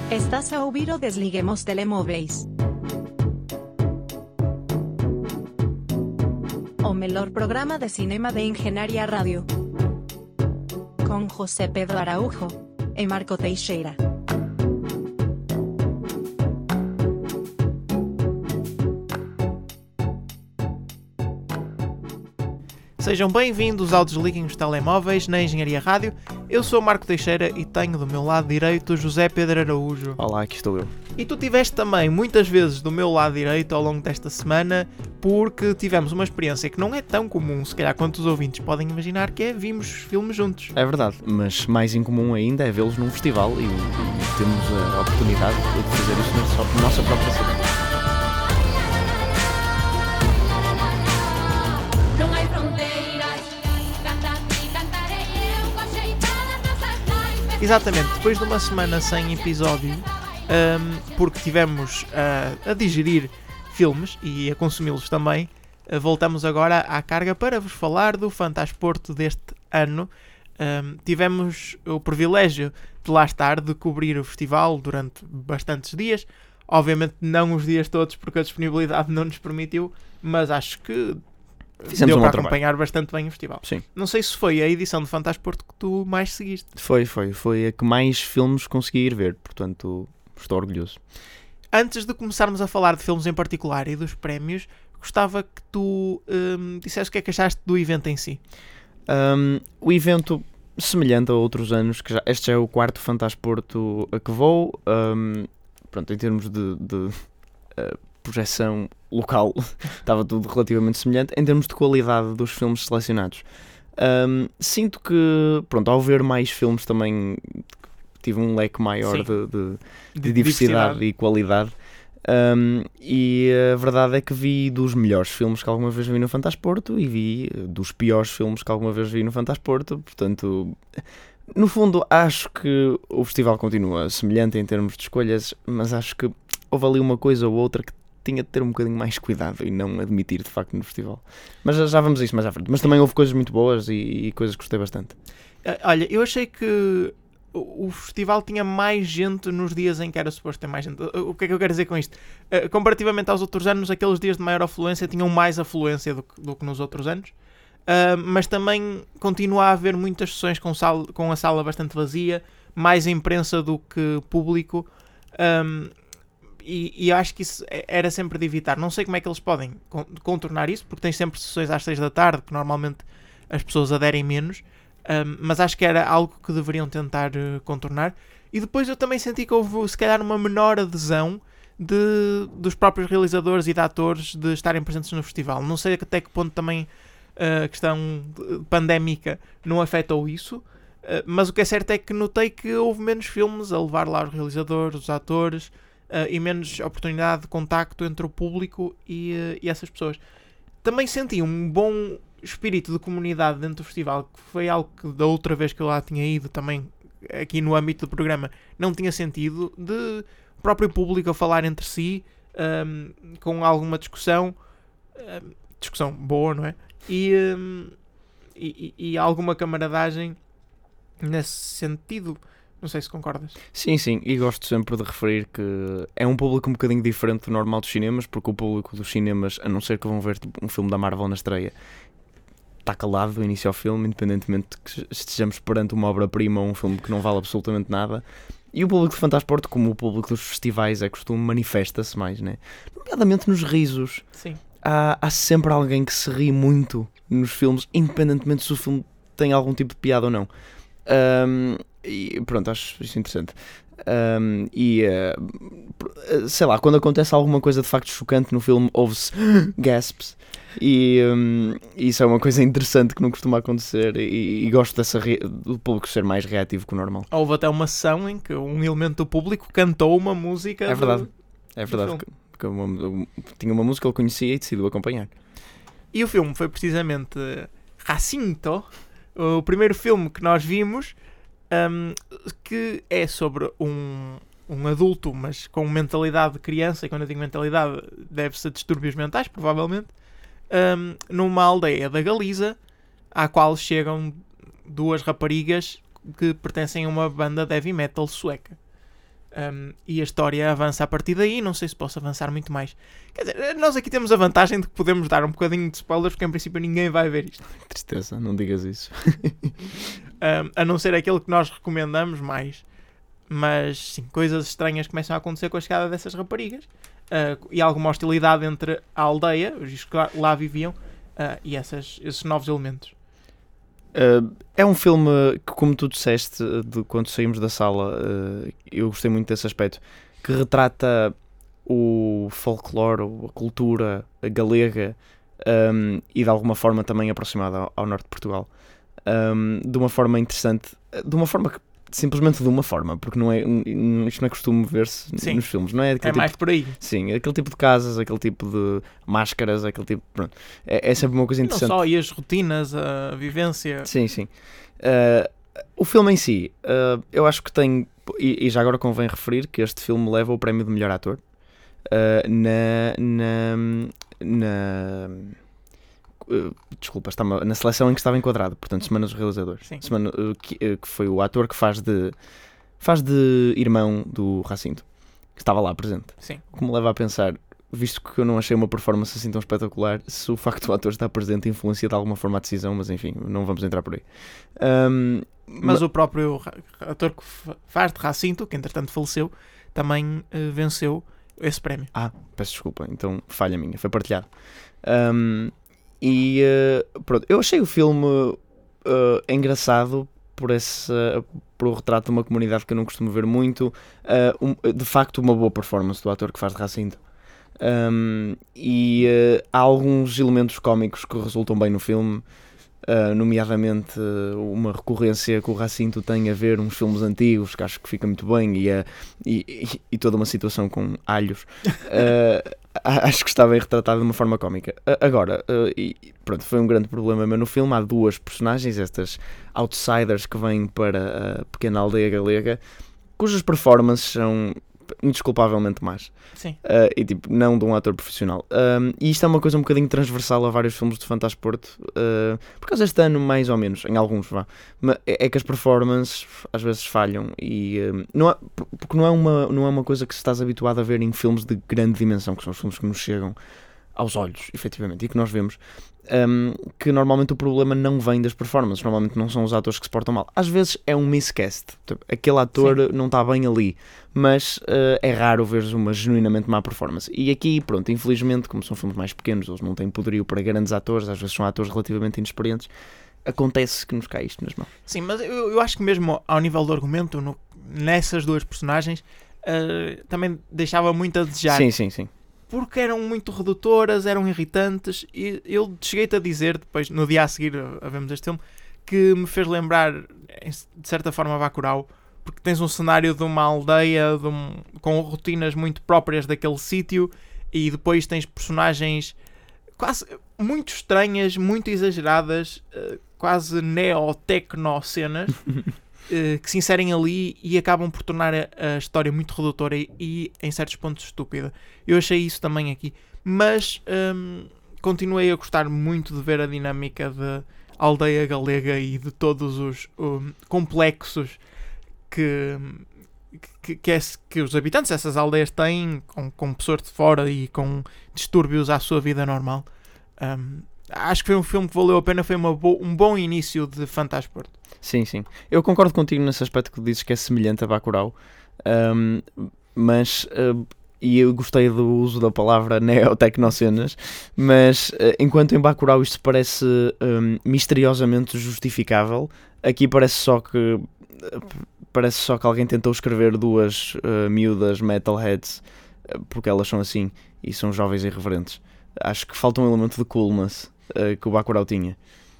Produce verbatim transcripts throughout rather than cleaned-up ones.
Estás a ouvir o Desliguemos Telemóveis. O melhor programa de cinema de Engenharia Rádio. Com José Pedro Araújo e Marco Teixeira. Sejam bem-vindos ao Desliguem os Telemóveis na Engenharia Rádio. Eu sou o Marco Teixeira e tenho do meu lado direito José Pedro Araújo. Olá, aqui estou eu. E tu tiveste também muitas vezes do meu lado direito ao longo desta semana, porque tivemos uma experiência que não é tão comum, se calhar quanto os ouvintes podem imaginar, que é vimos filmes juntos. É verdade, mas mais incomum ainda é vê-los num festival e, e temos a oportunidade de fazer isso na nossa própria cidade. Exatamente, depois de uma semana sem episódio, um, porque tivemos a, a digerir filmes e a consumi-los também, uh, voltamos agora à carga para vos falar do Fantasporto deste ano. Um, tivemos o privilégio de lá estar, de cobrir o festival durante bastantes dias. Obviamente não os dias todos, porque a disponibilidade não nos permitiu, mas acho que Fizemos deu um para trabalho. acompanhar bastante bem o festival. Sim. Não sei se foi a edição de Fantasporto que tu mais seguiste. Foi, foi. Foi a que mais filmes consegui ir ver, portanto estou orgulhoso. Antes de começarmos a falar de filmes em particular e dos prémios, gostava que tu hum, dissesse o que é que achaste do evento em si. Um, o evento, semelhante a outros anos, que já, este já é o quarto Fantasporto a que vou, um, pronto, em termos de, de uh, projeção local, estava tudo relativamente semelhante. Em termos de qualidade dos filmes selecionados, um, sinto que, pronto, ao ver mais filmes também tive um leque maior de, de, de, de diversidade, diversidade e qualidade, um, e a verdade é que vi dos melhores filmes que alguma vez vi no Fantasporto e vi dos piores filmes que alguma vez vi no Fantasporto. Portanto, no fundo acho que o festival continua semelhante em termos de escolhas, mas acho que houve ali uma coisa ou outra que tinha de ter um bocadinho mais cuidado e não admitir de facto no festival. Mas já, já vamos a isso mais à frente. Mas também houve coisas muito boas e, e coisas que gostei bastante. Olha, eu achei que o, o festival tinha mais gente nos dias em que era suposto ter mais gente. O que é que eu quero dizer com isto? Uh, comparativamente aos outros anos, aqueles dias de maior afluência tinham mais afluência do que, do que nos outros anos. Uh, mas também continua a haver muitas sessões com, sal, com a sala bastante vazia, mais imprensa do que público. Um, E, e acho que isso era sempre de evitar. Não sei como é que eles podem contornar isso, porque tens sempre sessões às seis da tarde, que normalmente as pessoas aderem menos, um, mas acho que era algo que deveriam tentar uh, contornar. E depois eu também senti que houve, se calhar, uma menor adesão de, dos próprios realizadores e de atores de estarem presentes no festival. Não sei até que ponto também uh, a questão pandémica não afetou isso, uh, mas o que é certo é que notei que houve menos filmes a levar lá os realizadores, os atores, Uh, e menos oportunidade de contacto entre o público e, uh, e essas pessoas. Também senti um bom espírito de comunidade dentro do festival, que foi algo que da outra vez que eu lá tinha ido, também aqui no âmbito do programa, não tinha sentido, de o próprio público a falar entre si, um, com alguma discussão, um, discussão boa, não é? E, um, e, e, e alguma camaradagem nesse sentido. Não sei se concordas. Sim, sim, e gosto sempre de referir que é um público um bocadinho diferente do normal dos cinemas, porque o público dos cinemas, a não ser que vão ver um filme da Marvel na estreia, está calado do início ao filme, independentemente de que estejamos perante uma obra-prima ou um filme que não vale absolutamente nada. E o público de Fantasporto, como o público dos festivais é costume, manifesta-se mais, né? Nomeadamente nos risos. Sim. Há, há sempre alguém que se ri muito nos filmes, independentemente se o filme tem algum tipo de piada ou não. Um, e pronto, acho isso interessante. Um, e uh, sei lá, quando acontece alguma coisa de facto chocante no filme, ouve-se gasps, e um, isso é uma coisa interessante que não costuma acontecer. E, e gosto dessa re... do público ser mais reativo que o normal. Houve até uma sessão em que um elemento do público cantou uma música. É verdade, do, é verdade. Que, que uma, tinha uma música que ele conhecia e decidiu acompanhar. E o filme foi precisamente Jacinto, o primeiro filme que nós vimos, um, que é sobre um, um adulto, mas com mentalidade de criança, e quando eu digo mentalidade, deve-se a distúrbios mentais, provavelmente, um, numa aldeia da Galiza, à qual chegam duas raparigas que pertencem a uma banda de heavy metal sueca. Um, e a história avança a partir daí. Não sei se posso avançar muito mais. Quer dizer, nós aqui temos a vantagem de que podemos dar um bocadinho de spoilers, porque em princípio ninguém vai ver isto. Tristeza, não digas isso. um, a não ser aquele que nós recomendamos mais. Mas sim, coisas estranhas começam a acontecer com a chegada dessas raparigas. Uh, e alguma hostilidade entre a aldeia, os que lá, lá viviam, uh, e essas, esses novos elementos. Uh, é um filme que, como tu disseste de quando saímos da sala, uh, eu gostei muito desse aspecto, que retrata o folclore, a cultura galega, um, e de alguma forma também aproximada ao, ao norte de Portugal, um, de uma forma interessante, de uma forma que simplesmente de uma forma, porque não é, isto não é costume ver-se Sim. nos filmes, não é? É mais tipo, por aí. sim, aquele tipo de casas, aquele tipo de máscaras, aquele tipo, pronto, é, é sempre uma coisa Não interessante. só, e as rotinas, a vivência. Sim, sim. Uh, o filme em si, uh, eu acho que tem, e, e já agora convém referir que este filme leva o prémio de melhor ator uh, na, na, na uh, desculpa, está na seleção em que estava enquadrado, portanto, Semana dos Realizadores. Sim. Semana, uh, que, uh, que foi o ator que faz de, faz de irmão do Jacinto, que estava lá presente. Sim. O que me leva a pensar, visto que eu não achei uma performance assim tão espetacular, se o facto do ator estar presente influencia de alguma forma a decisão, mas enfim, não vamos entrar por aí. Um, mas ma... o próprio ator que faz de Jacinto, que entretanto faleceu, também uh, venceu esse prémio. Ah, peço desculpa, então falha minha, foi partilhado. Um, e uh, pronto, eu achei o filme uh, engraçado por esse, uh, por o retrato de uma comunidade que eu não costumo ver muito, uh, um, de facto uma boa performance do ator que faz de Jacinto. Um, e uh, há alguns elementos cómicos que resultam bem no filme, uh, nomeadamente uh, uma recorrência que o Jacinto tem a ver uns filmes antigos, que acho que fica muito bem, e, uh, e, e, e toda uma situação com alhos. Uh, acho que está bem retratado de uma forma cómica. Uh, agora, uh, e, pronto, foi um grande problema meu no filme. Há duas personagens, estas outsiders que vêm para a pequena aldeia galega, cujas performances são indesculpavelmente más. Sim. Uh, e tipo, não de um ator profissional. Um, e isto é uma coisa um bocadinho transversal a vários filmes de Fantasporto, uh, por causa deste ano, mais ou menos, em alguns, vá. Mas é, é que as performances às vezes falham, e uh, não é, porque não é, uma, não é uma coisa que se estás habituado a ver em filmes de grande dimensão, que são os filmes que nos chegam aos olhos, efetivamente, e que nós vemos. Um, que normalmente o problema não vem das performances, normalmente não são os atores que se portam mal. Às vezes é um miscast, aquele ator Sim. não está bem ali, mas uh, é raro ver uma genuinamente má performance. E aqui, pronto, infelizmente, como são filmes mais pequenos, eles não têm poderio para grandes atores, às vezes são atores relativamente inexperientes, acontece que nos cai isto nas mãos. Sim, mas eu, eu acho que mesmo ao nível do argumento, no, nessas duas personagens, uh, também deixava muito a desejar. Sim, sim, sim. Porque eram muito redutoras, eram irritantes, e eu cheguei-te a dizer, depois, no dia a seguir a vermos este filme, que me fez lembrar, de certa forma, Bacurau, porque tens um cenário de uma aldeia de um, com rotinas muito próprias daquele sítio, e depois tens personagens quase muito estranhas, muito exageradas, quase neo-tecno-cenas, que se inserem ali e acabam por tornar a, a história muito redutora e, e em certos pontos estúpida. Eu achei isso também aqui, mas hum, continuei a gostar muito de ver a dinâmica da aldeia galega e de todos os um, complexos que, que, que, é, que os habitantes dessas aldeias têm, com, com pessoas de fora e com distúrbios à sua vida normal. Um, acho que foi um filme que valeu a pena, foi uma bo- um bom início de Fantasporto. Sim, sim. Eu concordo contigo nesse aspecto que dizes que é semelhante a Bacurau, um, mas, uh, e eu gostei do uso da palavra neo-tecnocenas, mas uh, enquanto em Bacurau isto parece um, misteriosamente justificável, aqui parece só que uh, parece só que alguém tentou escrever duas uh, miúdas metalheads, uh, porque elas são assim, e são jovens e irreverentes. Acho que falta um elemento de coolness uh, que o Bacurau tinha.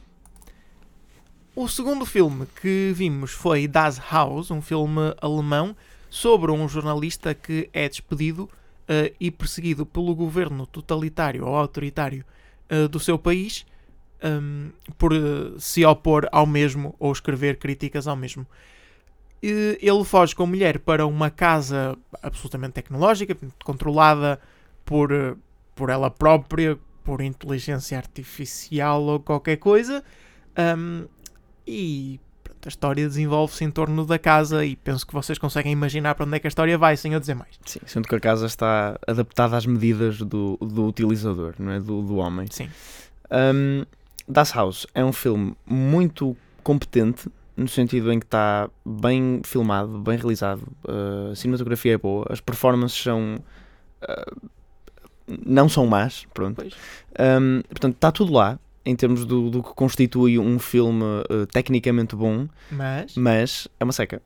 O segundo filme que vimos foi Das Haus, um filme alemão sobre um jornalista que é despedido uh, e perseguido pelo governo totalitário ou autoritário uh, do seu país um, por uh, se opor ao mesmo ou escrever críticas ao mesmo. E ele foge com a mulher para uma casa absolutamente tecnológica, controlada por, uh, por ela própria, por inteligência artificial ou qualquer coisa, um, e a história desenvolve-se em torno da casa e penso que vocês conseguem imaginar para onde é que a história vai, sem eu dizer mais. Sim, sendo que a casa está adaptada às medidas do, do utilizador, não é? Do, do homem. Sim. Um, Das House é um filme muito competente, no sentido em que está bem filmado, bem realizado, uh, a cinematografia é boa, as performances são... Uh, não são más, pronto. Um, portanto, está tudo lá, em termos do, do que constitui um filme uh, tecnicamente bom, Mas... mas é uma seca.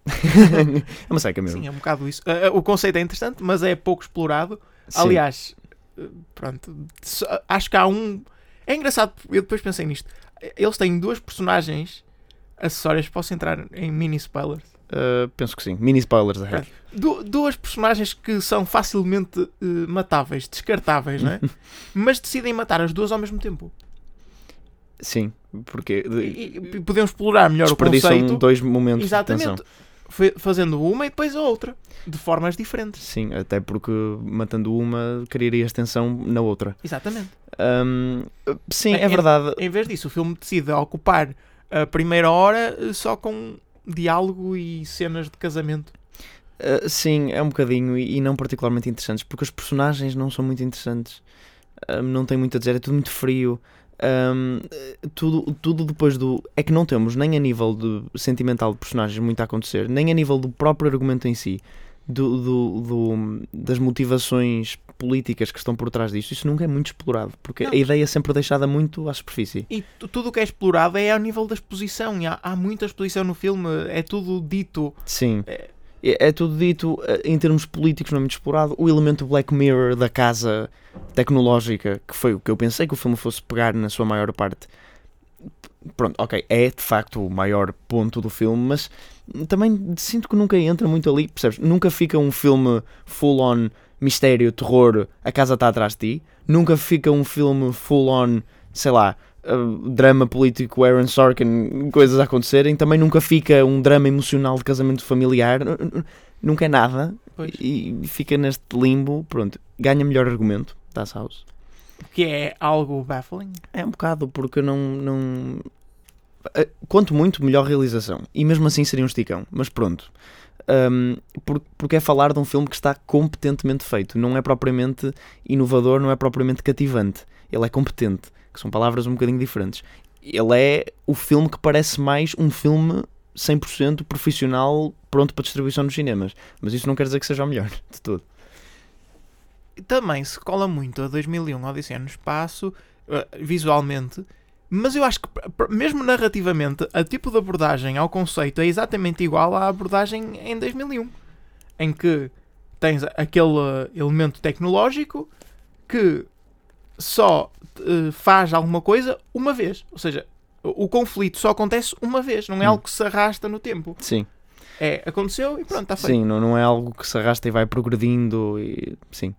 É uma seca mesmo. Sim, é um bocado isso. Uh, o conceito é interessante, mas é pouco explorado. Sim. Aliás, uh, pronto, só- acho que há um... É engraçado, eu depois pensei nisto. Eles têm duas personagens acessórias, posso entrar em mini spoilers? Uh, penso que sim. Mini spoilers ahead. Du- duas personagens que são facilmente uh, matáveis, descartáveis, não é? Mas decidem matar as duas ao mesmo tempo. Sim, porque de- E, e podemos explorar melhor o desperdiçam conceito. dois momentos de Exatamente. tensão. Fe- Fazendo uma e depois a outra. De formas diferentes. Sim, até porque matando uma criaria tensão na outra. Exatamente. Um, sim, É- é verdade. Em vez disso, o filme decide ocupar a primeira hora uh, só com diálogo e cenas de casamento. Uh, sim, é um bocadinho e, e não particularmente interessantes, porque os personagens não são muito interessantes. Um, não tem muito a dizer, é tudo muito frio. Um, tudo, tudo depois do... É que não temos nem a nível de sentimental de personagens muito a acontecer, nem a nível do próprio argumento em si, do, do, do- das motivações políticas que estão por trás disto. Isso nunca é muito explorado, porque Não. a ideia é sempre deixada muito à superfície. E tu- tudo o que é explorado é ao nível da exposição. E há, há muita exposição no filme. É tudo dito. Sim. É- É, é tudo dito, eh, em termos políticos não é muito explorado. O elemento Black Mirror da casa tecnológica, que foi o que eu pensei que o filme fosse pegar na sua maior parte. Pronto, ok, é de facto o maior ponto do filme, mas também sinto que nunca entra muito ali, percebes? Nunca fica um filme full-on mistério, terror, a casa está atrás de ti. Nunca fica um filme full-on, sei lá, uh, drama político, Aaron Sorkin, coisas a acontecerem. Também nunca fica um drama emocional de casamento familiar. N- n- Nunca é nada. Pois. E fica neste limbo. Pronto, ganha melhor argumento, Das House. Que é algo baffling. É um bocado porque não... não... eh, Quanto muito, melhor realização. E mesmo assim seria um esticão. Mas pronto. Um, por- porque é falar de um filme que está competentemente feito. Não é propriamente inovador, não é propriamente cativante. Ele é competente. Que são palavras um bocadinho diferentes. Ele é o filme que parece mais um filme cem por cento profissional, pronto para distribuição nos cinemas. Mas isso não quer dizer que seja o melhor de tudo. E também se cola muito a dois mil e um Odisseia no Espaço, uh, visualmente, mas eu acho que, pr- pr- mesmo narrativamente, a tipo de abordagem ao conceito é exatamente igual à abordagem em dois mil e um, em que tens aquele uh, elemento tecnológico que só uh, faz alguma coisa uma vez. Ou seja, o, o conflito só acontece uma vez, não é Hum. algo que se arrasta no tempo. Sim, É, aconteceu e pronto, está feito. sim, não, não é algo que se arrasta e vai progredindo. E... Sim.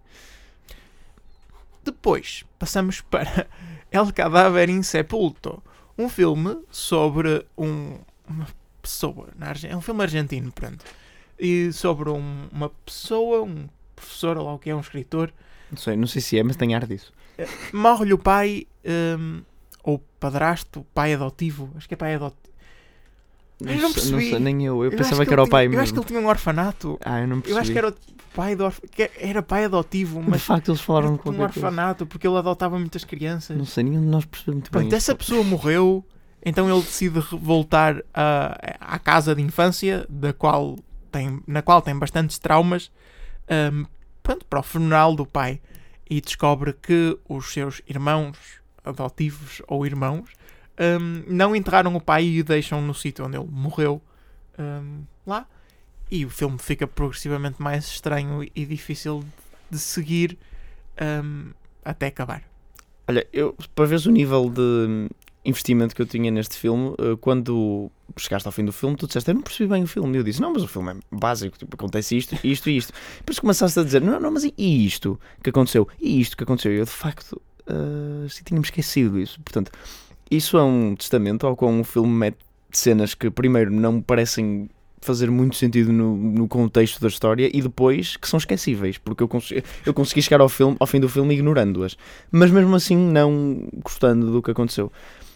Depois passamos para El Cadáver Insepulto, um filme sobre um, uma pessoa, na Arge- é um filme argentino, pronto, e sobre um- uma pessoa, um professor, ou lá o que é, um escritor, Não sei, não sei se é, mas tem ar disso. morre-lhe o pai, hum, ou padrasto, pai adotivo, acho que é pai adotivo. Eu não sei- percebi. sei, nem eu. Eu, Eu acho pensava que, ele era o tinha- pai Eu mesmo. acho que ele tinha um orfanato. Ah, eu não percebi. Eu acho que era o pai do orf... que era pai adotivo, De mas facto, eles falaram de um qualquer coisa. orfanato, porque ele adotava muitas crianças. Não sei, nenhum de nós percebeu muito bem. Pronto, essa isso. pessoa morreu, então ele decide re- voltar a- à casa de infância, da qual tem, na qual tem bastantes traumas, hum, pronto, para o funeral do pai, e descobre que os seus irmãos adotivos ou irmãos hum, não enterraram o pai e o deixam no sítio onde ele morreu, hum, lá. E o filme fica progressivamente mais estranho e difícil de seguir hum, até acabar. Olha, eu, para veres o nível de investimento que eu tinha neste filme, eh, quando chegaste ao fim do filme, tu disseste, eu não percebi bem o filme. E eu disse, não, mas o filme é básico, tipo, acontece isto, isto e isto. Depois começaste a dizer, não, não, mas e isto que aconteceu? E isto que aconteceu? E eu, de facto, uh, se tínhamos esquecido isso. Portanto, isso é um testamento ao qual o filme mete cenas que, primeiro, não me parecem fazer muito sentido no, no contexto da história e depois que são esquecíveis, porque eu, cons eu consegui chegar ao, filme, ao fim do filme ignorando-as, mas mesmo assim não gostando do que aconteceu.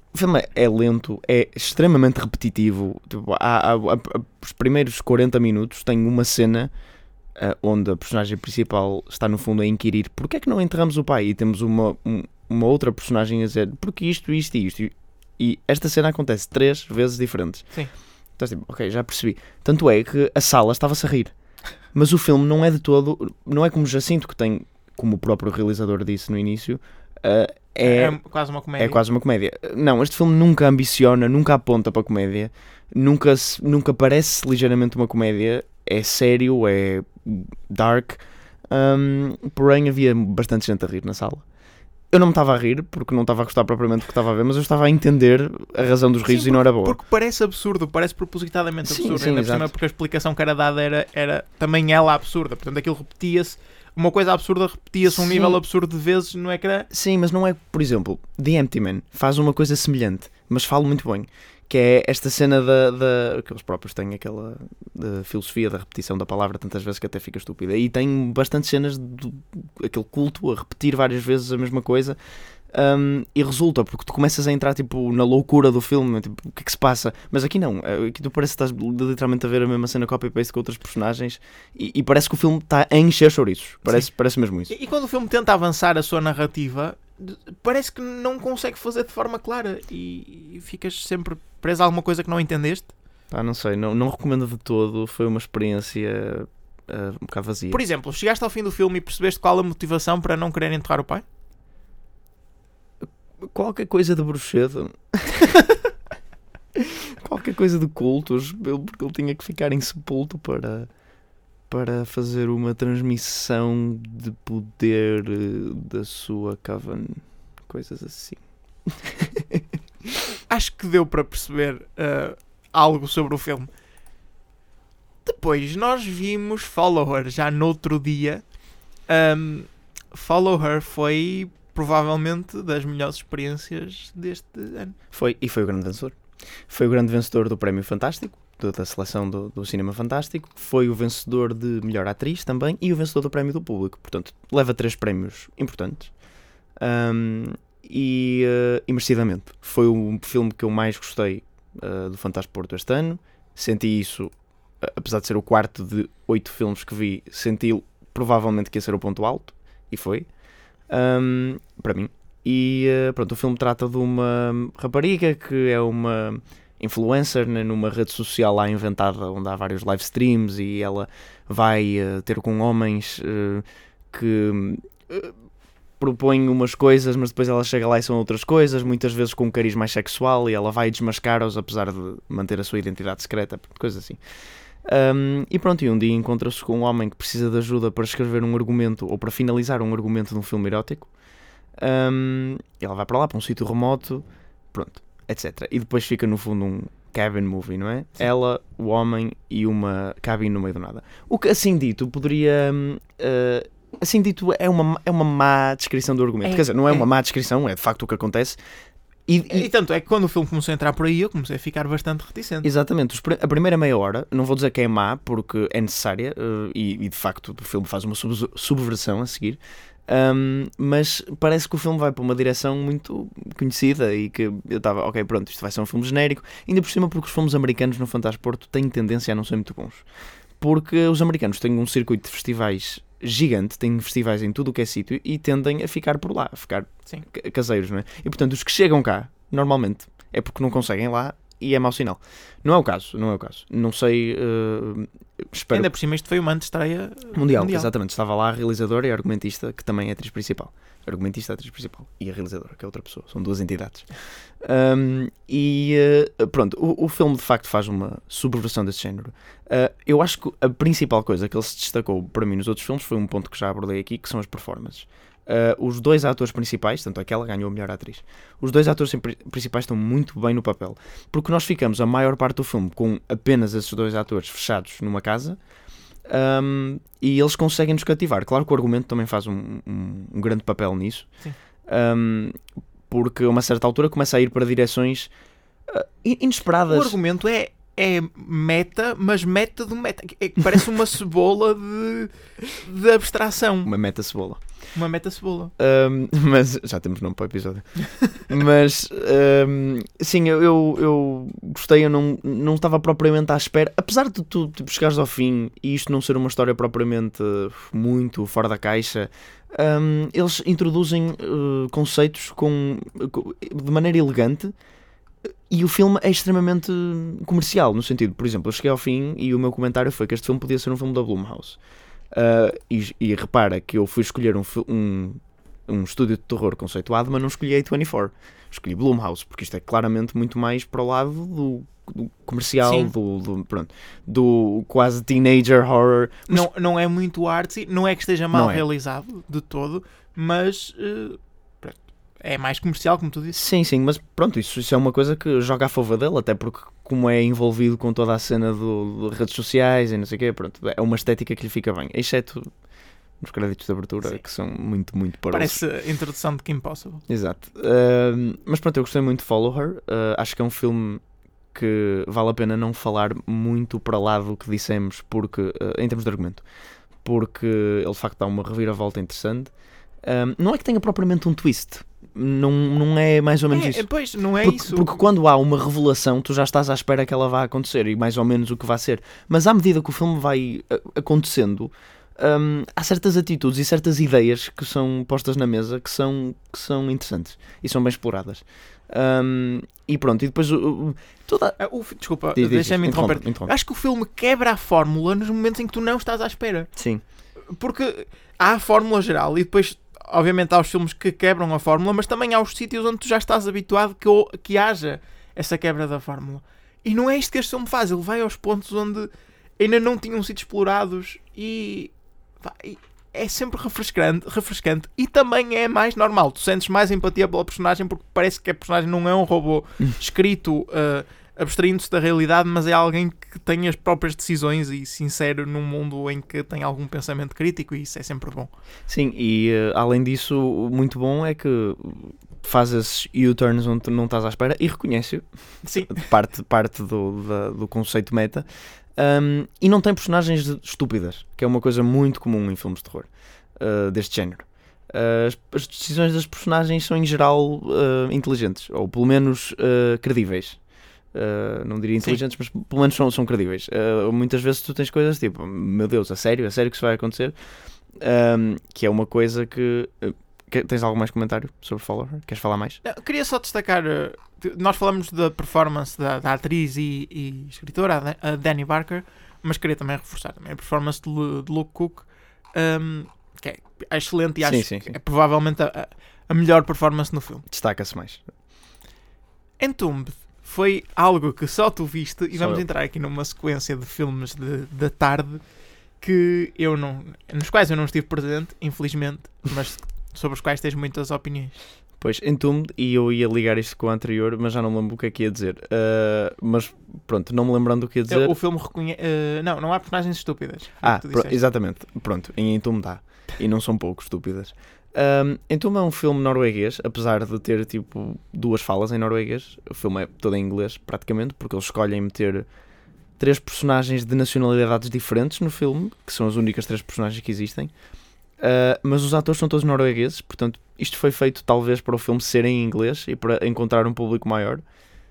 O filme é lento, é extremamente repetitivo. Tipo, há, há, há, os primeiros quarenta minutos tem uma cena uh, onde a personagem principal está no fundo a inquirir porque é que não enterramos o pai, e temos uma, um, uma outra personagem a dizer porque isto, isto e isto. E esta cena acontece três vezes diferentes. Sim. Então tipo, ok, já percebi. Tanto é que a sala estava-se a rir. Mas o filme não é de todo, não é como Jacinto, que tem, como o próprio realizador disse no início, uh, é, é quase uma comédia. É quase uma comédia. Não, este filme nunca ambiciona, nunca aponta para a comédia, nunca, se, nunca parece ligeiramente uma comédia, é sério, é dark, um, porém havia bastante gente a rir na sala. Eu não me estava a rir, porque não estava a gostar propriamente do que estava a ver, mas eu estava a entender a razão dos risos. Sim, porque, e não era boa. Porque parece absurdo, parece propositadamente sim, absurdo, sim, ainda por cima, porque a explicação que era dada era, era também ela absurda, portanto aquilo repetia-se. Uma coisa absurda repetia-se um nível absurdo de vezes no ecrã. Sim, mas não é, por exemplo, The Empty Man faz uma coisa semelhante, mas falo muito bem, que é esta cena da, da que eles próprios têm aquela da filosofia da repetição da palavra tantas vezes que até fica estúpida, e tem bastantes cenas do aquele culto a repetir várias vezes a mesma coisa. Um, e resulta, porque tu começas a entrar tipo, na loucura do filme, tipo, o que é que se passa? Mas aqui não, aqui tu parece que estás literalmente a ver a mesma cena copy-paste com outros personagens, e, e parece que o filme está a encher chouriços, parece, parece mesmo isso. E, e quando o filme tenta avançar a sua narrativa, parece que não consegue fazer de forma clara, e, e ficas sempre preso a alguma coisa que não entendeste. Ah, não sei, não, não recomendo de todo, foi uma experiência uh, um bocado vazia. Por exemplo, chegaste ao fim do filme e percebeste qual a motivação para não querer enterrar o pai? Qualquer coisa de bruxedo. Qualquer coisa de cultos, porque ele tinha que ficar em sepulto para, para fazer uma transmissão de poder da sua Coven. Coisas assim. Acho que deu para perceber uh, algo sobre o filme. Depois nós vimos Follow Her já no outro dia. Um, Follow Her foi provavelmente das melhores experiências deste ano. Foi, e foi o grande vencedor. Foi o grande vencedor do Prémio Fantástico, da seleção do, do Cinema Fantástico. Foi o vencedor de melhor atriz também e o vencedor do Prémio do Público. Portanto, leva três prémios importantes. Um, e, uh, e merecidamente. Foi o filme que eu mais gostei uh, do Fantástico Porto este ano. Senti isso, uh, apesar de ser o quarto de oito filmes que vi, senti provavelmente que ia ser o ponto alto. E foi. Um, para mim. E uh, pronto, o filme trata de uma rapariga que é uma influencer, né, numa rede social lá inventada onde há vários live streams, e ela vai uh, ter com homens uh, que uh, propõem umas coisas, mas depois ela chega lá e são outras coisas, muitas vezes com um cariz mais sexual, e ela vai desmascar-os apesar de manter a sua identidade secreta, coisas assim. Um, e pronto, e um dia encontra-se com um homem que precisa de ajuda para escrever um argumento, ou para finalizar um argumento de um filme erótico. Um, ela vai para lá, para um sítio remoto, pronto, etcétera. E depois fica no fundo um cabin movie, não é? Sim. Ela, o homem e uma cabine no meio do nada. O que, assim dito, poderia... Uh, assim dito, é uma, é uma má descrição do argumento. É, Quer dizer, não é, é uma má descrição, é de facto o que acontece. E, e, e tanto é que quando o filme começou a entrar por aí, eu comecei a ficar bastante reticente. Exatamente. A primeira meia hora, não vou dizer que é má, porque é necessária, uh, e, e de facto o filme faz uma sub- subversão a seguir, um, mas parece que o filme vai para uma direção muito conhecida, e que eu estava, ok, pronto, isto vai ser um filme genérico, ainda por cima porque os filmes americanos no Fantástico Porto têm tendência a não ser muito bons. Porque os americanos têm um circuito de festivais gigante, têm festivais em tudo o que é sítio e tendem a ficar por lá, a ficar Sim. caseiros, não é? E portanto os que chegam cá, normalmente, é porque não conseguem lá e é mau sinal. Não é o caso, não é o caso. Não sei, uh, espero... Ainda por cima isto foi uma antestreia mundial, mundial. Exatamente. Estava lá a realizadora e a argumentista, que também é a atriz principal. A argumentista é a atriz principal e a realizadora, que é outra pessoa. São duas entidades. Um, e uh, pronto, o, o filme de facto faz uma subversão desse género. Uh, eu acho que a principal coisa que ele se destacou para mim nos outros filmes foi um ponto que já abordei aqui, que são as performances. Uh, os dois atores principais, tanto aquela ganhou a melhor atriz, os dois atores principais estão muito bem no papel, porque nós ficamos a maior parte do filme com apenas esses dois atores fechados numa casa, um, e eles conseguem nos cativar. Claro que o argumento também faz um, um, um grande papel nisso, um, porque a uma certa altura começa a ir para direções uh, inesperadas. O argumento é, é meta, mas meta do meta. É que parece uma cebola de, de abstração. Uma meta-cebola. Uma meta-cebola. Um, mas já temos nome para o episódio. Mas um, sim, eu, eu, eu gostei, eu não, não estava propriamente à espera, apesar de tu tipo, chegares ao fim e isto não ser uma história propriamente muito fora da caixa. Um, eles introduzem uh, conceitos com, com, de maneira elegante. E o filme é extremamente comercial, no sentido, por exemplo, eu cheguei ao fim e o meu comentário foi que este filme podia ser um filme da Blumhouse. Uh, e, e repara que eu fui escolher um, um, um estúdio de terror conceituado, mas não escolhi A vinte e quatro. Escolhi Blumhouse, porque isto é claramente muito mais para o lado do, do comercial, do, do, pronto, do quase teenager horror. Mas não, não é muito artsy, não é que esteja mal é. realizado de todo, mas... Uh... é mais comercial, como tu disse. Sim, sim, mas pronto, isso, isso é uma coisa que joga a favor dele, até porque como é envolvido com toda a cena do, de redes sociais e não sei o quê, pronto, é uma estética que lhe fica bem, exceto nos créditos de abertura, sim, que são muito, muito parosos. Parece a introdução de Kim Possible. Exato. Uh, mas pronto, eu gostei muito de Follow Her, uh, acho que é um filme que vale a pena não falar muito para lá do que dissemos, porque, uh, em termos de argumento, porque ele de facto dá uma reviravolta interessante. Um, não é que tenha propriamente um twist, não, não é mais ou menos é, isso. Pois, não é porque, isso. Porque quando há uma revelação, tu já estás à espera que ela vá acontecer e mais ou menos o que vai ser. Mas à medida que o filme vai acontecendo, um, há certas atitudes e certas ideias que são postas na mesa que são, que são interessantes e são bem exploradas. Um, e pronto, e depois uh, toda... uh, o, desculpa, diz, deixa-me diz, interromper. interrompe, interrompe. Acho que o filme quebra a fórmula nos momentos em que tu não estás à espera. Sim. Porque há a fórmula geral e depois, obviamente, há os filmes que quebram a fórmula, mas também há os sítios onde tu já estás habituado que, que haja essa quebra da fórmula. E não é isto que este filme faz. Ele vai aos pontos onde ainda não tinham sido explorados e... Pá, e é sempre refrescante, refrescante e também é mais normal. Tu sentes mais empatia pela personagem porque parece que a personagem não é um robô escrito uh, abstraindo-se da realidade, mas é alguém que tem as próprias decisões e sincero num mundo em que tem algum pensamento crítico, e isso é sempre bom. Sim, e uh, além disso, muito bom é que faz esses U-turns onde tu não estás à espera e reconhece-o. Sim. Parte, parte do, da, do conceito meta. Um, e não tem personagens estúpidas, que é uma coisa muito comum em filmes de terror uh, deste género. Uh, as, as decisões das personagens são em geral uh, inteligentes, ou pelo menos uh, credíveis. Uh, não diria inteligentes, Sim. mas pelo menos são, são credíveis. Uh, muitas vezes tu tens coisas tipo, meu Deus, a sério? A sério que isso vai acontecer? Um, que é uma coisa que... Uh, que tens algum mais comentário sobre Follower? Queres falar mais? Não, queria só destacar, uh, nós falamos da performance da, da atriz e, e escritora, a Dani Barker, mas queria também reforçar também a performance de, de Luke Cook, um, que é excelente e acho sim, sim, sim. que é provavelmente a, a melhor performance no filme. Destaca-se mais. Entombed foi algo que só tu viste, e Só vamos eu. entrar aqui numa sequência de filmes de, da tarde que eu não, nos quais eu não estive presente, infelizmente, mas sobre os quais tens muitas opiniões. Pois, Entombed, e eu ia ligar isto com o anterior, mas já não me lembro o que é que ia dizer. Uh, mas pronto, não me lembrando o que ia dizer. O filme reconhece... Uh, não, não há personagens estúpidas. Ah, pro, exatamente. Pronto, em Entombed dá. E não são poucos estúpidas. Um, Entombed é um filme norueguês, apesar de ter tipo duas falas em norueguês. O filme é todo em inglês, praticamente, porque eles escolhem meter três personagens de nacionalidades diferentes no filme, que são as únicas três personagens que existem. Uh, mas os atores são todos noruegueses, portanto isto foi feito talvez para o filme ser em inglês e para encontrar um público maior.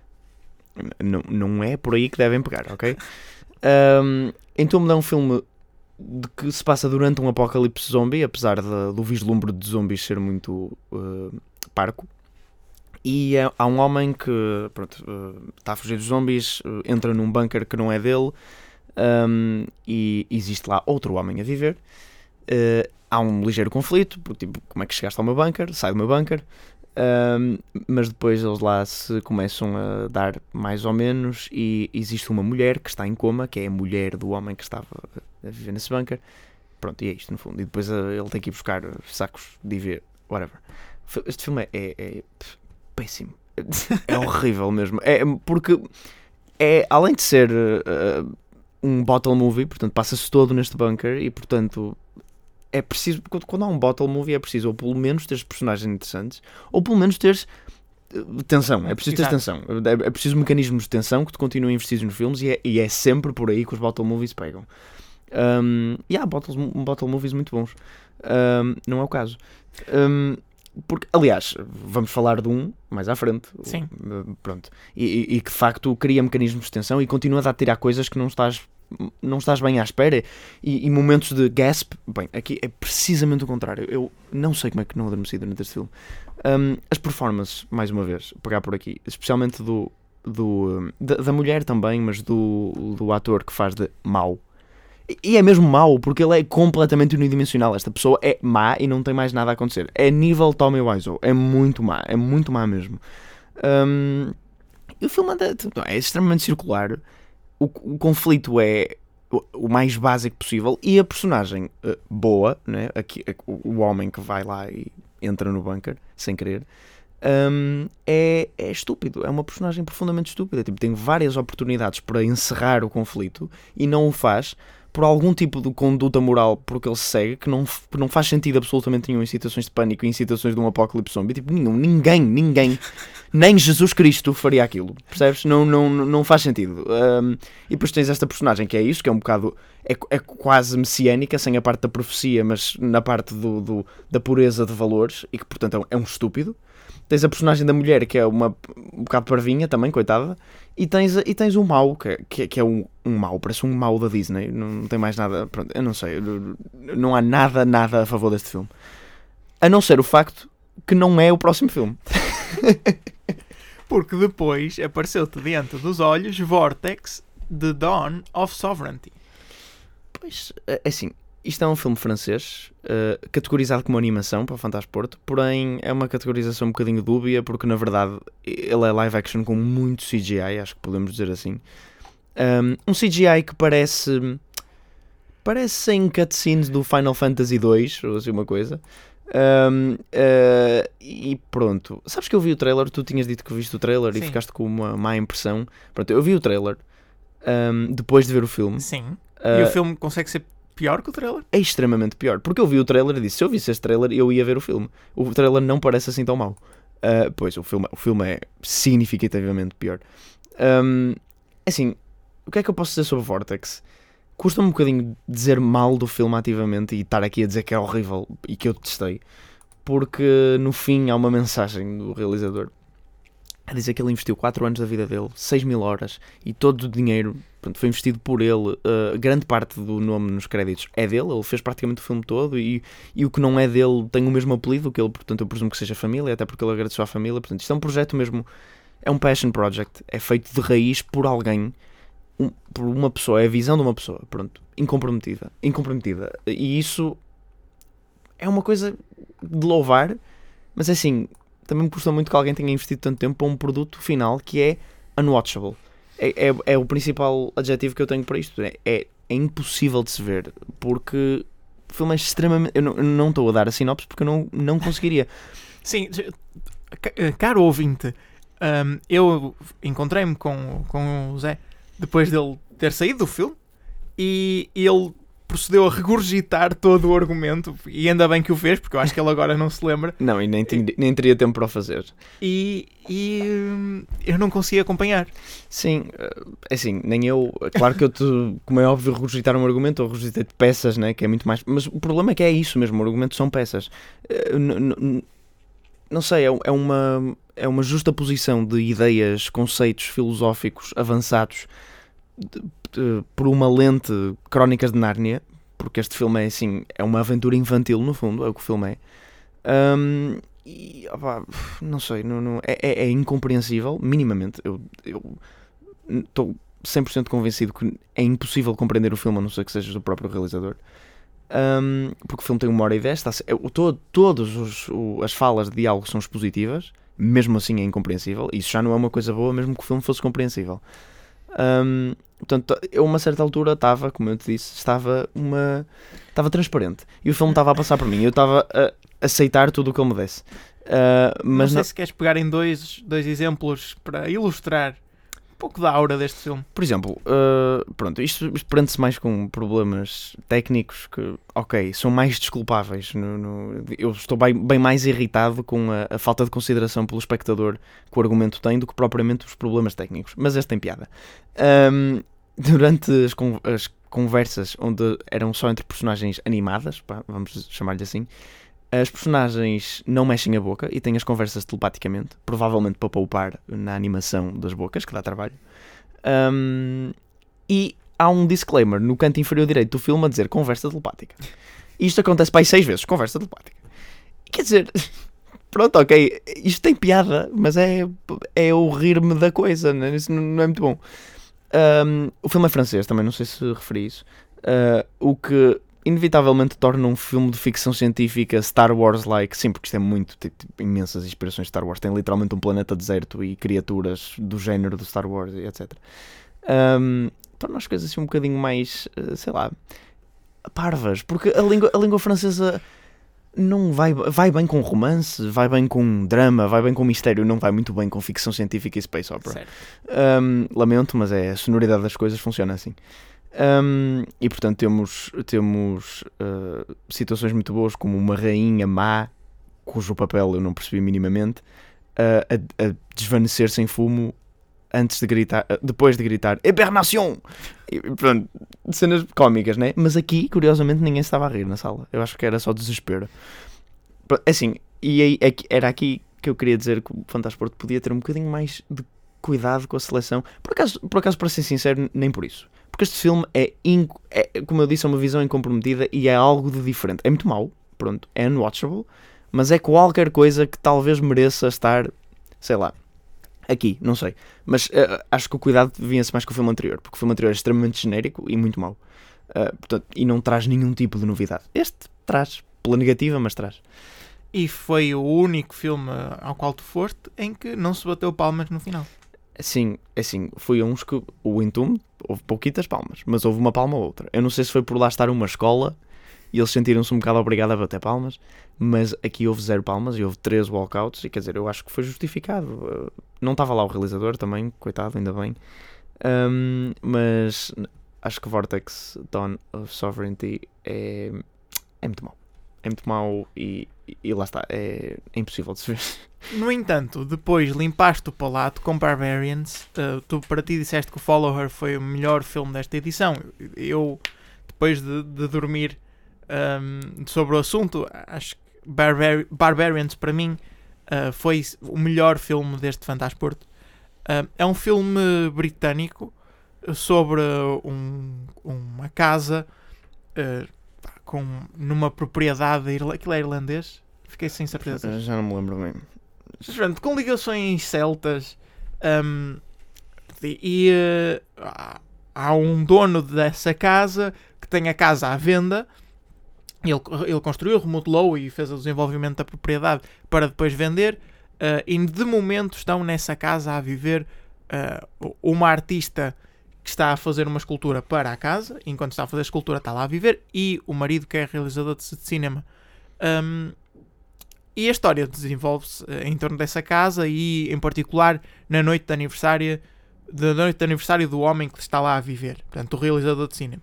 N- não é por aí que devem pegar, ok? Um, Entombed é um filme de que se passa durante um apocalipse zombie, apesar de, do vislumbre de zombies ser muito uh, parco. E é, há um homem que pronto, uh, está a fugir dos zombies, uh, entra num bunker que não é dele, um, e existe lá outro homem a viver. Uh, há um ligeiro conflito, porque, tipo, como é que chegaste ao meu bunker? Sai do meu bunker. Um, mas depois eles lá se começam a dar mais ou menos e existe uma mulher que está em coma, que é a mulher do homem que estava a viver nesse bunker. Pronto, e é isto no fundo. E depois uh, ele tem que ir buscar sacos de I V, whatever. Este filme é, é, é péssimo. É horrível mesmo. É porque, é, além de ser uh, um bottle movie, portanto passa-se todo neste bunker e portanto... É preciso, quando há um bottle movie é preciso ou pelo menos teres personagens interessantes ou pelo menos teres tensão, é preciso ter Exato. tensão. É, é preciso mecanismos de tensão que te continuem investidos nos filmes e é, e é sempre por aí que os bottle movies pegam. Um, e há bottle, bottle movies muito bons. Um, não é o caso. Um, porque, aliás, vamos falar de um mais à frente. Sim. Pronto. E, e, e que de facto cria mecanismos de tensão e continua a tirar coisas que não estás, não estás bem à espera e, e momentos de gasp. Bem, aqui é precisamente o contrário. Eu não sei como é que não adormeci durante este filme. Um, as performances, mais uma vez, pegar por aqui, especialmente do, do da, da mulher também, mas do, do ator que faz de mau. E é mesmo mau, porque ele é completamente unidimensional. Esta pessoa é má e não tem mais nada a acontecer. É nível Tommy Wiseau. É muito má. É muito má mesmo. Um, e o filme anda, é extremamente circular. O, o conflito é o, o mais básico possível. E a personagem uh, boa, né? Aqui, o, o homem que vai lá e entra no bunker, sem querer, um, é, é estúpido. É uma personagem profundamente estúpida. Tipo, tem várias oportunidades para encerrar o conflito e não o faz por algum tipo de conduta moral porque ele se segue, que não, que não faz sentido absolutamente nenhum em situações de pânico e em situações de um apocalipse zombie. Tipo, nenhum, ninguém, ninguém, nem Jesus Cristo faria aquilo, percebes? Não, não, não faz sentido. Um, e depois tens esta personagem que é isto, que é um bocado, é, é quase messiânica, sem a parte da profecia, mas na parte do, do, da pureza de valores, e que portanto é um, é um estúpido. Tens a personagem da mulher, que é uma, um bocado parvinha também, coitada. E tens, e tens o mau, que, que, que é um, um mau, parece um mau da Disney. Não, não tem mais nada, pronto, eu não sei. Não há nada, nada a favor deste filme. A não ser o facto que não é o próximo filme. Porque depois apareceu-te diante dos olhos Vortex, The Dawn of Sovereignty. Pois, é assim... Isto é um filme francês, uh, categorizado como animação para o Fantasporto, porém é uma categorização um bocadinho dúbia, porque na verdade ele é live action com muito C G I, acho que podemos dizer assim. Um, um C G I que parece... parece em cutscenes do Final Fantasy dois, ou assim uma coisa. Um, uh, e pronto. Sabes que eu vi o trailer, tu tinhas dito que viste o trailer Sim. e ficaste com uma má impressão. Pronto, eu vi o trailer um, depois de ver o filme. Sim, uh, e o filme consegue ser pior que o trailer? É extremamente pior, porque eu vi o trailer e disse, se eu visse este trailer eu ia ver o filme. O trailer não parece assim tão mau. Uh, pois, o filme, o filme é significativamente pior. Um, assim, o que é que eu posso dizer sobre Vortex? Custa-me um bocadinho dizer mal do filme ativamente e estar aqui a dizer que é horrível e que eu detestei, porque no fim há uma mensagem do realizador a dizer que ele investiu quatro anos da vida dele, seis mil horas, e todo o dinheiro, pronto, foi investido por ele. Uh, grande parte do nome nos créditos é dele, ele fez praticamente o filme todo, e, e o que não é dele tem o mesmo apelido que ele, portanto eu presumo que seja família, até porque ele agradeceu à família. Portanto isto é um projeto mesmo, é um passion project, é feito de raiz por alguém, um, por uma pessoa, é a visão de uma pessoa, pronto, incomprometida, incomprometida, e isso é uma coisa de louvar, mas é assim... Também me custa muito que alguém tenha investido tanto tempo para um produto final que é unwatchable. É, é, é o principal adjetivo que eu tenho para isto. É, é, é impossível de se ver, porque o filme é extremamente... Eu não, eu não estou a dar a sinopse porque eu não, não conseguiria. Sim, caro ouvinte, um, eu encontrei-me com, com o Zé depois dele ter saído do filme e ele procedeu a regurgitar todo o argumento, e ainda bem que o fez, porque eu acho que ele agora não se lembra. Não, e nem, tinha, nem teria tempo para o fazer. E, e hum, eu não conseguia acompanhar. Sim, é assim, nem eu... Claro que eu, te, como é óbvio, regurgitar um argumento, eu regurgitei de peças, né, que é muito mais... Mas o problema é que é isso mesmo, o argumento são peças. Não, não sei, é uma, é uma justa posição de ideias, conceitos filosóficos avançados de, de, por uma lente Crónicas de Nárnia, porque este filme é assim, é uma aventura infantil no fundo, é o que o filme é. Um, e opa, não sei, não, não, é, é, é incompreensível, minimamente. Eu estou cem por cento convencido que é impossível compreender o filme, a não ser que seja do próprio realizador. Um, porque o filme tem uma hora e dez, está, é, todo, todas as falas de diálogo são expositivas, mesmo assim é incompreensível. Isso já não é uma coisa boa, mesmo que o filme fosse compreensível. Um, portanto, eu a uma certa altura estava, como eu te disse, estava uma estava transparente e o filme estava a passar por mim, eu estava a aceitar tudo o que ele me desse. Uh, mas não sei não... se queres pegar em dois, dois exemplos para ilustrar pouco da aura deste filme. Por exemplo, uh, pronto, isto, isto prende-se mais com problemas técnicos que, ok, são mais desculpáveis. No, no, eu estou bem, bem mais irritado com a, a falta de consideração pelo espectador que o argumento tem do que propriamente os problemas técnicos. Mas este tem piada. Um, durante as, con- as conversas onde eram só entre personagens animadas, pá, vamos chamar-lhe assim, as personagens não mexem a boca e têm as conversas telepaticamente, provavelmente para poupar na animação das bocas, que dá trabalho. Um, e há um disclaimer no canto inferior direito do filme a dizer conversa telepática. E isto acontece para aí seis vezes, conversa telepática. Quer dizer, pronto, ok, isto tem piada, mas é, é o rir-me da coisa, né? Isso não é muito bom. Um, o filme é francês, também não sei se referi isso. Uh, o que inevitavelmente torna um filme de ficção científica Star Wars-like, sim, porque isto é muito, tem, tem imensas inspirações de Star Wars, tem literalmente um planeta deserto e criaturas do género do Star Wars, etcétera. Um, torna as coisas assim um bocadinho mais, sei lá, parvas, porque a língua, a língua francesa não vai, vai bem com romance, vai bem com drama, vai bem com mistério, não vai muito bem com ficção científica e space opera. Um, lamento, mas é, a sonoridade das coisas funciona assim. Um, e portanto temos, temos uh, situações muito boas, como uma rainha má, cujo papel eu não percebi minimamente, uh, a, a desvanecer-se em fumo antes de gritar, uh, depois de gritar Hibernation! E pronto, cenas cómicas, né? Mas aqui, curiosamente, ninguém estava a rir na sala. Eu acho que era só desespero. Assim, e aí, era aqui que eu queria dizer que o Fantasporto podia ter um bocadinho mais de cuidado com a seleção. Por acaso, por acaso, para ser sincero, nem por isso. Porque este filme é, inc- é, como eu disse, é uma visão incomprometida e é algo de diferente. É muito mau, pronto, é unwatchable, mas é qualquer coisa que talvez mereça estar, sei lá, aqui, não sei. Mas uh, acho que o cuidado vinha-se mais com o filme anterior, porque o filme anterior é extremamente genérico e muito mau. Uh, portanto, e não traz nenhum tipo de novidade. Este traz, pela negativa, mas traz. E foi o único filme ao qual tu foste em que não se bateu palmas no final. Sim, assim, fui a uns que o Entombed houve pouquitas palmas, mas houve uma palma ou outra. Eu não sei se foi por lá estar uma escola e eles sentiram-se um bocado obrigados a bater palmas, mas aqui houve zero palmas e houve três walkouts, e quer dizer, eu acho que foi justificado. Não estava lá o realizador também, coitado, ainda bem. Um, mas acho que Vortex Dawn of Sovereignty é, é muito mau. É muito mau e, e lá está, é, é impossível de se ver. No entanto, depois limpaste o palato com Barbarians. Uh, tu para ti disseste que o Follow Her foi o melhor filme desta edição. Eu, depois de, de dormir um, sobre o assunto, acho que Barbar- Barbarians para mim uh, foi o melhor filme deste Fantasporto. Uh, é um filme britânico sobre um, uma casa uh, com, numa propriedade, irla- aquilo é irlandês? Fiquei sem certeza. Já não me lembro bem. Com ligações celtas, um, e, e uh, há um dono dessa casa que tem a casa à venda. Ele, ele construiu, remodelou e fez o desenvolvimento da propriedade para depois vender, uh, e de momento estão nessa casa a viver uh, uma artista que está a fazer uma escultura para a casa, enquanto está a fazer a escultura está lá a viver, e o marido que é realizador de cinema. Um, E a história desenvolve-se em torno dessa casa e, em particular, na noite de aniversário, da noite de aniversário do homem que está lá a viver. Portanto, o realizador de cinema.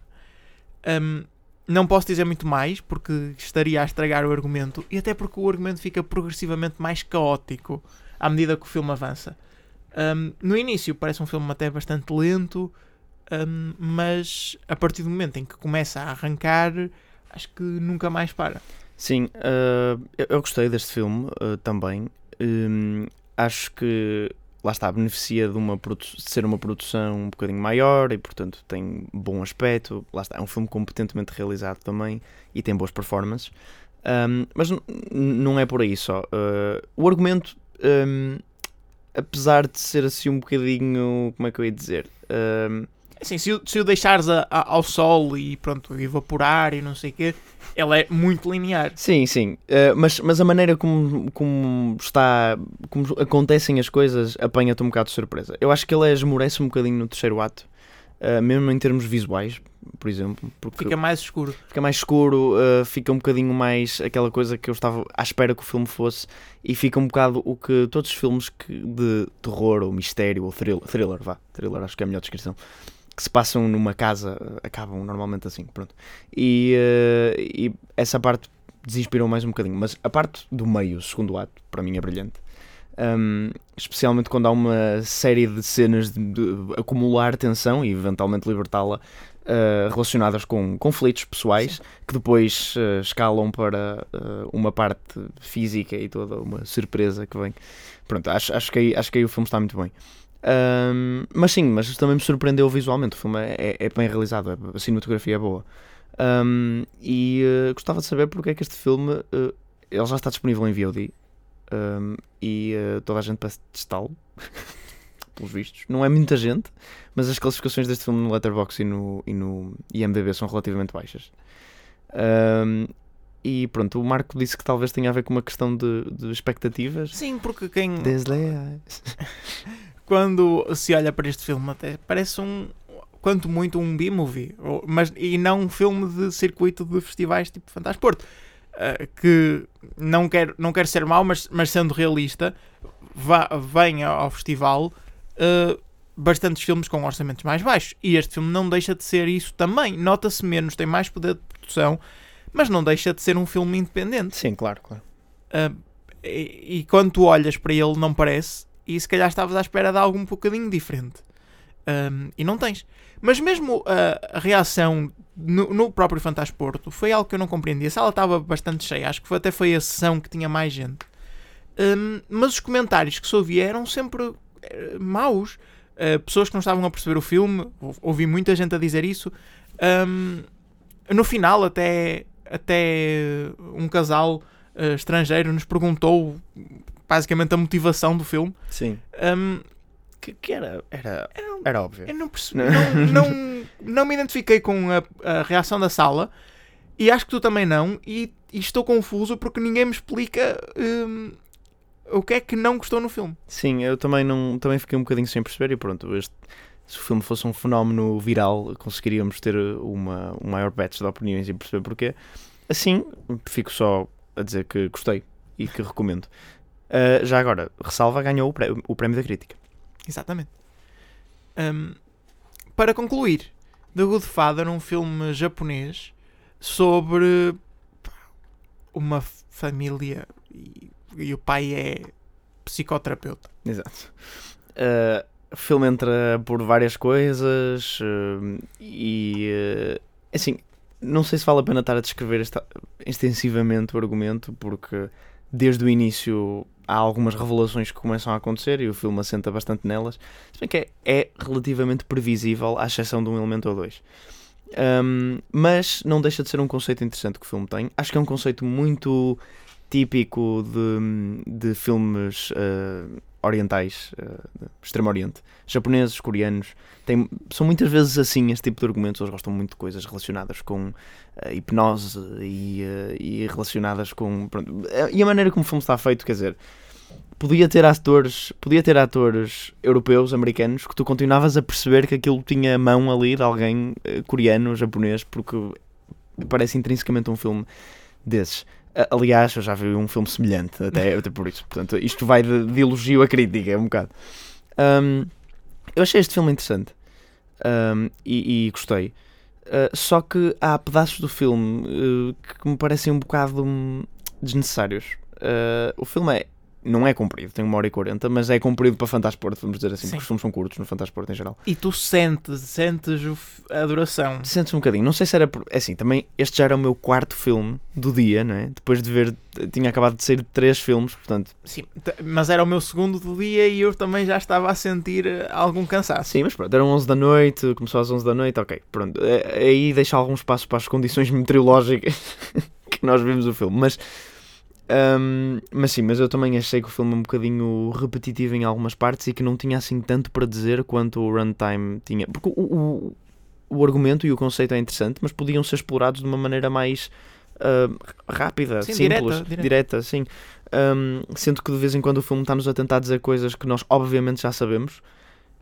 Um, não posso dizer muito mais, porque estaria a estragar o argumento, e até porque o argumento fica progressivamente mais caótico à medida que o filme avança. Um, no início parece um filme até bastante lento, um, mas a partir do momento em que começa a arrancar, acho que nunca mais para. Sim, uh, eu, eu gostei deste filme uh, também. Um, acho que, lá está, beneficia de, uma produ- de ser uma produção um bocadinho maior e, portanto, tem bom aspecto. Lá está, é um filme competentemente realizado também e tem boas performances. Um, mas n- não é por aí só. Uh, o argumento, um, apesar de ser assim um bocadinho, como é que eu ia dizer... Um, Assim, se o, se o deixares a, a, ao sol e pronto, evaporar e não sei o quê, ele é muito linear. Sim, sim, uh, mas, mas a maneira como, como está, como acontecem as coisas apanha-te um bocado de surpresa. Eu acho que ele esmorece um bocadinho no terceiro ato, uh, mesmo em termos visuais, por exemplo. Porque Fica mais escuro. Fica mais escuro, uh, fica um bocadinho mais aquela coisa que eu estava à espera que o filme fosse, e fica um bocado o que todos os filmes que, de terror ou mistério ou thriller, thriller, vá, thriller acho que é a melhor descrição, que se passam numa casa, acabam normalmente assim, pronto. E, uh, e essa parte desinspirou mais um bocadinho, mas a parte do meio, o segundo ato, para mim é brilhante. Um, especialmente quando há uma série de cenas de, de acumular tensão e eventualmente libertá-la, uh, relacionadas com conflitos pessoais. Sim. Que depois uh, escalam para uh, uma parte física e toda uma surpresa que vem. Pronto, acho, acho, que, aí, acho que aí o filme está muito bem. Um, mas sim, mas também me surpreendeu visualmente. O filme é, é, é bem realizado, é, a cinematografia é boa. Um, e uh, gostava de saber porque é que este filme uh, ele já está disponível em V O D. Um, e uh, toda a gente parece testá-lo pelos vistos, não é muita gente, mas as classificações deste filme no Letterboxd e no, e no I M D B são relativamente baixas. Um, e pronto, o Marco disse que talvez tenha a ver com uma questão de, de expectativas. Sim, porque quem desleais quando se olha para este filme até parece um, quanto muito um B-movie, mas, e não um filme de circuito de festivais tipo Fantasporto. Uh, que não quer, não quer ser mau, mas, mas sendo realista, vá, vem ao festival uh, bastantes filmes com orçamentos mais baixos, e este filme não deixa de ser isso também. Nota-se menos, tem mais poder de produção, mas não deixa de ser um filme independente. Sim, claro, claro. Uh, e, e quando tu olhas para ele não parece, e se calhar estavas à espera de algo um bocadinho diferente, um, e não tens. Mas mesmo a, a reação no, no próprio Fantasporto foi algo que eu não compreendi. A sala estava bastante cheia, acho que foi, até foi a sessão que tinha mais gente. Um, mas os comentários que se ouvia eram sempre uh, maus. Uh, pessoas que não estavam a perceber o filme, ouvi muita gente a dizer isso. Um, no final, até, até um casal uh, estrangeiro nos perguntou basicamente a motivação do filme. Sim. Um, Que, que era, era, era óbvio. Eu não percebi, não, não, não me identifiquei com a, a reação da sala, e acho que tu também não, e, e estou confuso porque ninguém me explica hum, o que é que não gostou no filme. Sim, eu também, não, também fiquei um bocadinho sem perceber, e pronto, este, se o filme fosse um fenómeno viral, conseguiríamos ter uma, um maior batch de opiniões e perceber porquê. Assim, fico só a dizer que gostei e que recomendo. Uh, já agora, ressalva, ganhou o prémio, o prémio da crítica. Exatamente. Um, para concluir, The Good Father, um filme japonês sobre uma família e, e o pai é psicoterapeuta. Exato. Uh, o filme entra por várias coisas uh, e uh, assim, não sei se vale a pena estar a descrever esta, extensivamente o argumento, porque desde o início há algumas revelações que começam a acontecer e o filme assenta bastante nelas, se bem que é, é relativamente previsível, à exceção de um elemento ou dois. Um, mas não deixa de ser um conceito interessante que o filme tem. Acho que é um conceito muito típico de, de filmes uh, orientais, uh, Extremo Oriente, japoneses, coreanos. Tem, são muitas vezes assim este tipo de argumentos. Eles gostam muito de coisas relacionadas com uh, hipnose e, uh, e relacionadas com... Pronto, e a maneira como o filme está feito, quer dizer, podia ter atores, podia ter atores europeus, americanos, que tu continuavas a perceber que aquilo tinha a mão ali de alguém uh, coreano, japonês, porque parece intrinsecamente um filme desses. Aliás, eu já vi um filme semelhante, até, até por isso. Portanto, isto vai de, de elogio a crítica, é um bocado. Um, eu achei este filme interessante um, e, e gostei. Uh, só que há pedaços do filme uh, que me parecem um bocado um, desnecessários. Uh, o filme é, não é comprido, tem uma hora e quarenta, mas é comprido para Fantasporto, vamos dizer assim, Sim. porque os filmes são curtos no Fantasporto em geral. E tu sentes, sentes a duração. Sentes um bocadinho, não sei se era... Por... É assim, também este já era o meu quarto filme do dia, não é? Depois de ver, tinha acabado de sair três filmes, portanto... Sim, mas era o meu segundo do dia e eu também já estava a sentir algum cansaço. Sim, mas pronto, eram onze da noite, começou às onze da noite, ok, pronto. Aí deixa algum espaço para as condições meteorológicas que nós vimos o filme, mas... Um, mas sim, mas eu também achei que o filme é um bocadinho repetitivo em algumas partes e que não tinha assim tanto para dizer quanto o runtime tinha, porque o, o, o argumento e o conceito é interessante, mas podiam ser explorados de uma maneira mais uh, rápida, sim, simples, direta, direta. direta, sim. Um, sendo que de vez em quando o filme está-nos a tentar dizer coisas que nós obviamente já sabemos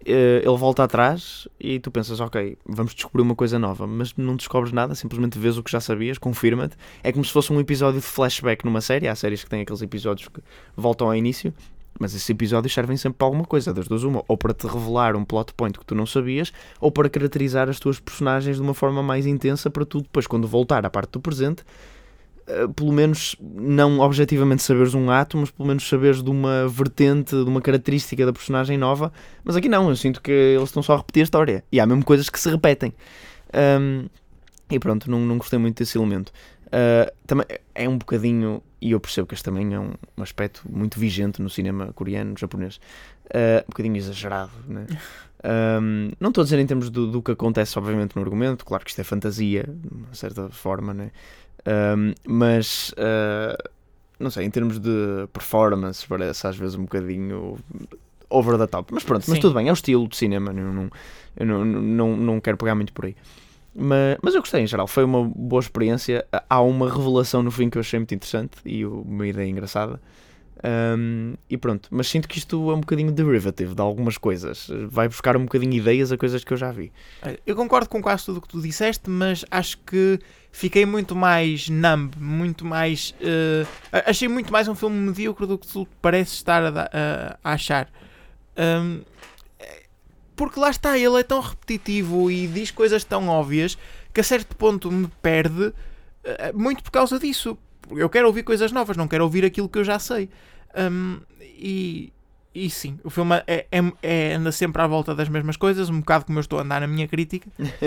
ele volta atrás e tu pensas, ok, vamos descobrir uma coisa nova, mas não descobres nada, simplesmente vês o que já sabias, confirma-te. É como se fosse um episódio de flashback numa série. Há séries que têm aqueles episódios que voltam ao início, mas esses episódios servem sempre para alguma coisa, das duas uma, ou para te revelar um plot point que tu não sabias, ou para caracterizar as tuas personagens de uma forma mais intensa, para tu depois, quando voltar à parte do presente, Uh, pelo menos não objetivamente saberes um ato, mas pelo menos saberes de uma vertente, de uma característica da personagem nova. Mas aqui não, eu sinto que eles estão só a repetir a história, e há mesmo coisas que se repetem. Um, e pronto, não, não gostei muito desse elemento. Uh, também é um bocadinho, e eu percebo que este também é um, um aspecto muito vigente no cinema coreano, japonês, uh, um bocadinho exagerado, né? Um, não estou a dizer em termos do, do que acontece obviamente no argumento, claro que isto é fantasia de uma certa forma, né? Um, mas uh, não sei, em termos de performance parece às vezes um bocadinho over the top, mas pronto, mas tudo bem, é o estilo de cinema, não, não, eu não, não, não quero pegar muito por aí, mas, mas eu gostei em geral, foi uma boa experiência. Há uma revelação no fim que eu achei muito interessante e uma ideia engraçada. Um, e pronto, mas sinto que isto é um bocadinho derivative de algumas coisas, vai buscar um bocadinho ideias a coisas que eu já vi. Eu concordo com quase tudo o que tu disseste, mas acho que fiquei muito mais numb, muito mais uh, achei muito mais um filme medíocre do que tu pareces estar a, a, a achar, um, porque lá está, ele é tão repetitivo e diz coisas tão óbvias que a certo ponto me perde, uh, muito por causa disso. Eu quero ouvir coisas novas, não quero ouvir aquilo que eu já sei. Um, e, e sim, o filme é, é, é, anda sempre à volta das mesmas coisas, um bocado como eu estou a andar na minha crítica,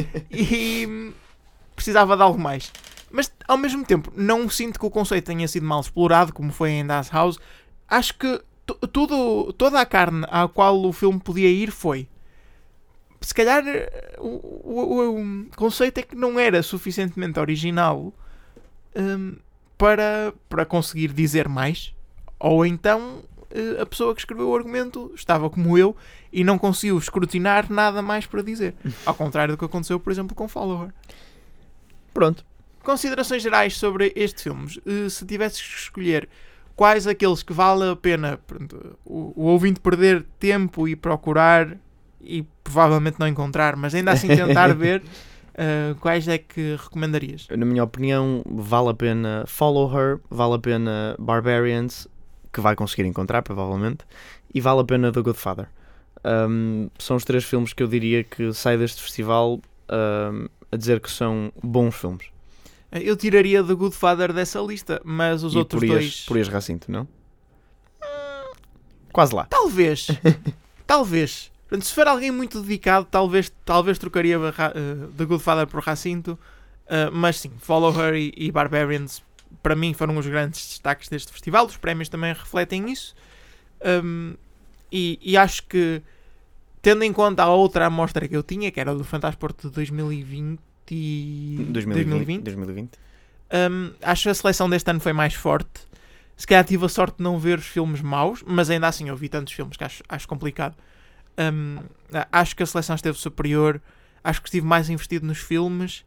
e precisava de algo mais. Mas, ao mesmo tempo, não sinto que o conceito tenha sido mal explorado, como foi em Das House. Acho que t- tudo, toda a carne à qual o filme podia ir foi. Se calhar, o, o, o conceito é que não era suficientemente original um, para, para conseguir dizer mais, ou então a pessoa que escreveu o argumento estava como eu e não conseguiu escrutinar nada mais para dizer, ao contrário do que aconteceu, por exemplo, com Follower. Pronto. Considerações gerais sobre este filme. Se tivesses que escolher quais aqueles que vale a pena, pronto, o, o ouvinte perder tempo e procurar e provavelmente não encontrar, mas ainda assim tentar ver, Uh, quais é que recomendarias? Na minha opinião, vale a pena Follow Her, vale a pena Barbarians, que vai conseguir encontrar provavelmente, e vale a pena The Good Father. Um, são os três filmes que eu diria que saem deste festival um, a dizer que são bons filmes. Eu tiraria The Good Father dessa lista, mas os e outros Purias, dois... Purias Jacinto, não? Hum, Quase lá. Talvez. Talvez. Portanto, se for alguém muito dedicado, talvez, talvez trocaria uh, The Good Father por Jacinto, uh, mas sim, Follow Her e, e Barbarians para mim foram os grandes destaques deste festival. Os prémios também refletem isso, um, e, e acho que, tendo em conta a outra amostra que eu tinha, que era do Fantasporto de dois mil e vinte, dois mil e vinte, dois mil e vinte. Um, acho que a seleção deste ano foi mais forte. Se calhar tive a sorte de não ver os filmes maus, mas ainda assim eu vi tantos filmes que acho, acho complicado. Um, acho que a seleção esteve superior, acho que estive mais investido nos filmes,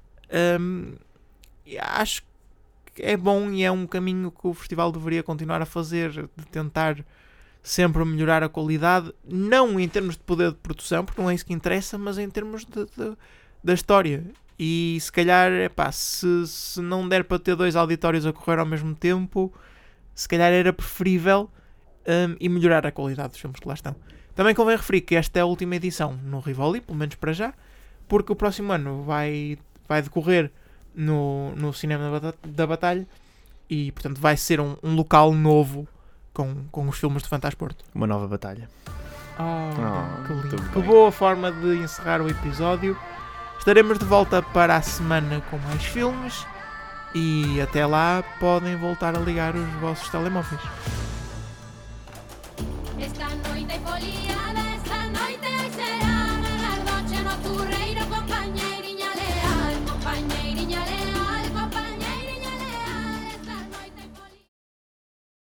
um, e acho que é bom e é um caminho que o festival deveria continuar a fazer, de tentar sempre melhorar a qualidade, não em termos de poder de produção, porque não é isso que interessa, mas em termos de, de, da história. E se calhar, epá, se, se não der para ter dois auditórios a correr ao mesmo tempo, se calhar era preferível um, e melhorar a qualidade dos filmes que lá estão. Também convém referir que esta é a última edição no Rivoli, pelo menos para já, porque o próximo ano vai, vai decorrer no, no Cinema da Batalha e, portanto, vai ser um, um local novo com, com os filmes de Fantasporto. Uma nova batalha. Oh, oh que lindo. Que boa forma de encerrar o episódio. Estaremos de volta para a semana com mais filmes e até lá podem voltar a ligar os vossos telemóveis. Esta noite foliada, esta noite será la noche nocturna.